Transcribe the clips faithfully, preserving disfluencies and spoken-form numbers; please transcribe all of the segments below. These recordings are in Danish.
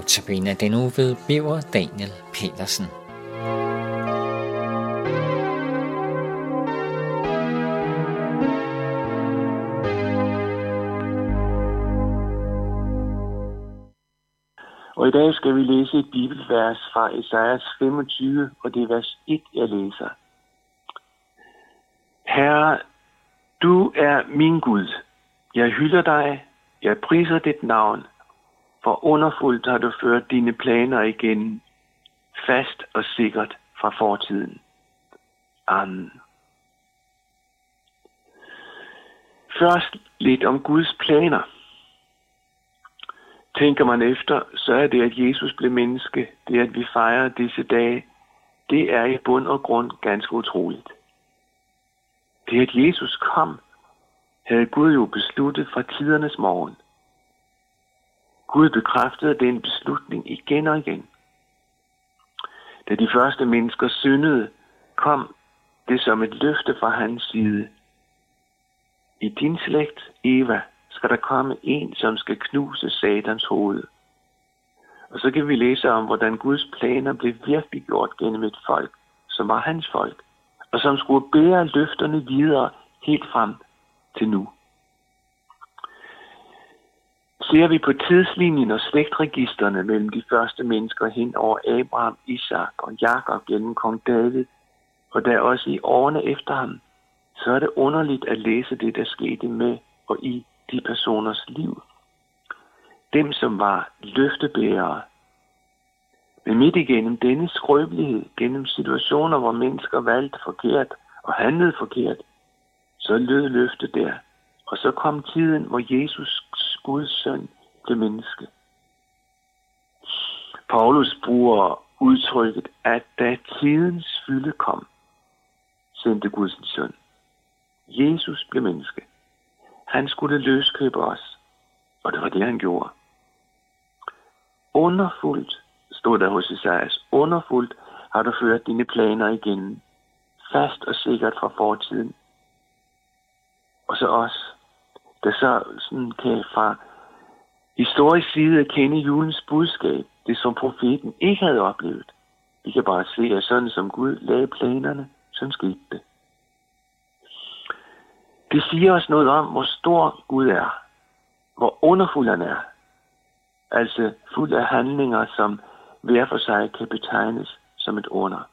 Notabene den uge ved Birger Daniel Petersen. Og i dag skal vi læse et bibelvers fra Esajas femogtyve, og det er vers et, jeg læser. Herre, du er min Gud. Jeg hylder dig, jeg priser dit navn, for underfuldt har du ført dine planer igen, fast og sikkert fra fortiden. Amen. Først lidt om Guds planer. Tænker man efter, så er det, at Jesus blev menneske, det at vi fejrer disse dage, det er i bund og grund ganske utroligt. Det at Jesus kom, havde Gud jo besluttet fra tidernes morgen. Gud bekræftede den beslutning igen og igen. Da de første mennesker syndede, kom det som et løfte fra hans side. I din slægt, Eva, skal der komme en, som skal knuse Satans hoved. Og så kan vi læse om, hvordan Guds planer blev virkelig gjort gennem et folk, som var hans folk, og som skulle bære løfterne videre helt frem til nu. Ser vi på tidslinjen og slægtregisterne mellem de første mennesker hen over Abraham, Isak og Jakob gennem kong David, og der også i årene efter ham, så er det underligt at læse det, der skete med og i de personers liv. Dem, som var løftebærere. Men midt igennem denne skrøbelighed, gennem situationer, hvor mennesker valgte forkert og handlede forkert, så lød løftet der. Og så kom tiden, hvor Jesus, Guds søn, blev menneske. Paulus bruger udtrykket, at da tidens fylde kom, sendte Guds søn. Jesus blev menneske. Han skulle løskøbe os, og det var det, han gjorde. Underfuldt, stod der hos Esajas, underfuldt har du ført dine planer igen, fast og sikkert fra fortiden. Og så os, der så sådan kan fra historisk side kende julens budskab, det som profeten ikke havde oplevet. Vi kan bare se, at sådan som Gud lagde planerne, så skete det. Det siger os noget om, hvor stor Gud er, hvor underfuld han er. Altså fuld af handlinger, som hver for sig kan betegnes som et under.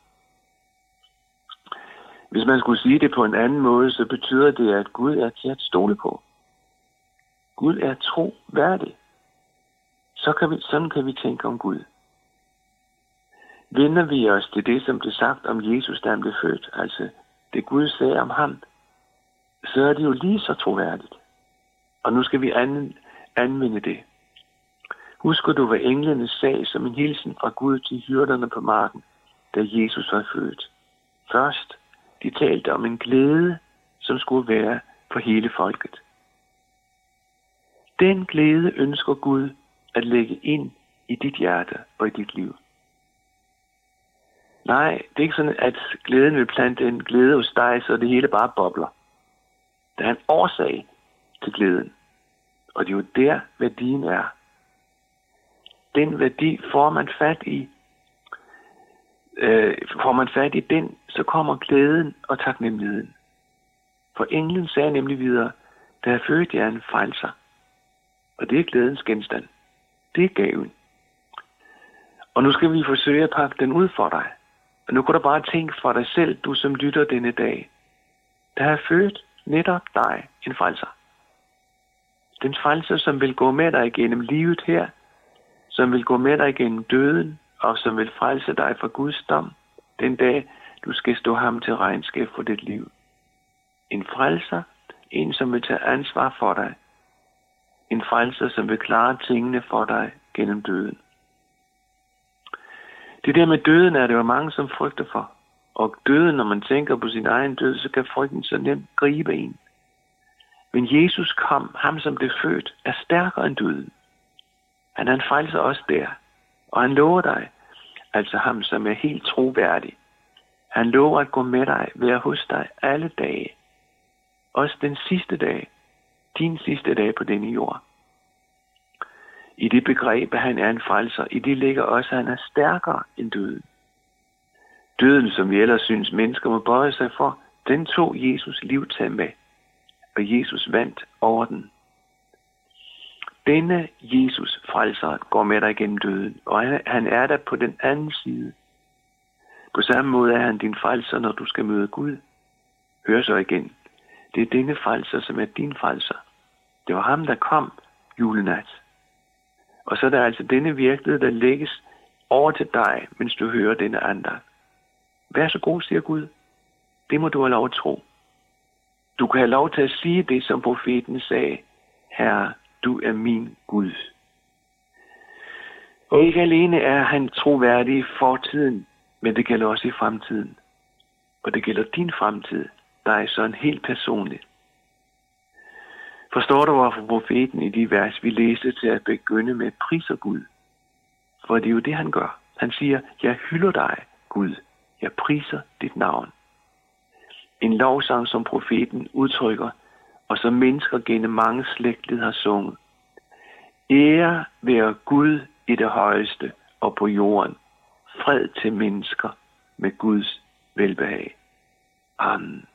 Hvis man skulle sige det på en anden måde, så betyder det, at Gud er til at stole på. Gud er troværdig. Så kan vi, sådan kan vi tænke om Gud. Vender vi os til det, som blev sagt om Jesus, da han blev født, altså det Gud sagde om ham, så er det jo lige så troværdigt. Og nu skal vi anvende det. Husker du, hvad englene sagde som en hilsen fra Gud til hyrderne på marken, da Jesus var født? Først, de talte om en glæde, som skulle være for hele folket. Den glæde ønsker Gud at lægge ind i dit hjerte og i dit liv. Nej, det er ikke sådan, at glæden vil plante en glæde hos dig, så det hele bare bobler. Der er en årsag til glæden, og det er jo der, værdien er. Den værdi får man fat i. Øh, får man fat i den, så kommer glæden og taknemmeligheden. For englen sagde nemlig videre, der er født jer en frelser, og det er glædens genstand. Det er gaven. Og nu skal vi forsøge at pakke den ud for dig. Og nu kan du bare tænke for dig selv, du som lytter denne dag. Der er født netop dig en frelser. Den frelser, som vil gå med dig igennem livet her, som vil gå med dig igennem døden, og som vil frelse dig fra Guds dom, den dag du skal stå ham til regnskab for dit liv. En frelser, en som vil tage ansvar for dig. En frelser, som vil klare tingene for dig gennem døden. Det der med døden er det jo mange, som frygter for. Og døden, når man tænker på sin egen død, så kan frygten så nemt gribe en. Men Jesus kom, ham som blev født, er stærkere end døden. Han er en frelser også der. Og han lover dig, altså ham som er helt troværdig. Han lover at gå med dig, være hos dig alle dage. Også den sidste dag, din sidste dag på denne jord. I det begreb, at han er en frelser, i det ligger også, at han er stærkere end døden. Døden, som vi ellers synes, mennesker må bøje sig for, den tog Jesus livtag med, og Jesus vandt over den. Denne Jesus, frelseren, går med dig gennem døden, og han, han er der på den anden side. På samme måde er han din frelser, når du skal møde Gud. Hør så igen. Det er denne frelser, som er din frelser. Det var ham, der kom julenat. Og så er der altså denne virkelighed, der lægges over til dig, mens du hører denne andagt. Vær så god, siger Gud. Det må du have lov at tro. Du kan have lov til at sige det, som profeten sagde. Herre, du er min Gud. Og ikke alene er han troværdig i fortiden, men det gælder også i fremtiden. Og det gælder din fremtid, der er sådan helt personligt. Forstår du, hvorfor profeten i de vers, vi læste, til at begynde med priser Gud? For det er jo det, han gør. Han siger, jeg hylder dig, Gud. Jeg priser dit navn. En lovsang, som profeten udtrykker, og som mennesker gennem mange slægtled har sunget. Ære være Gud i det højeste og på jorden. Fred til mennesker med Guds velbehag. Amen.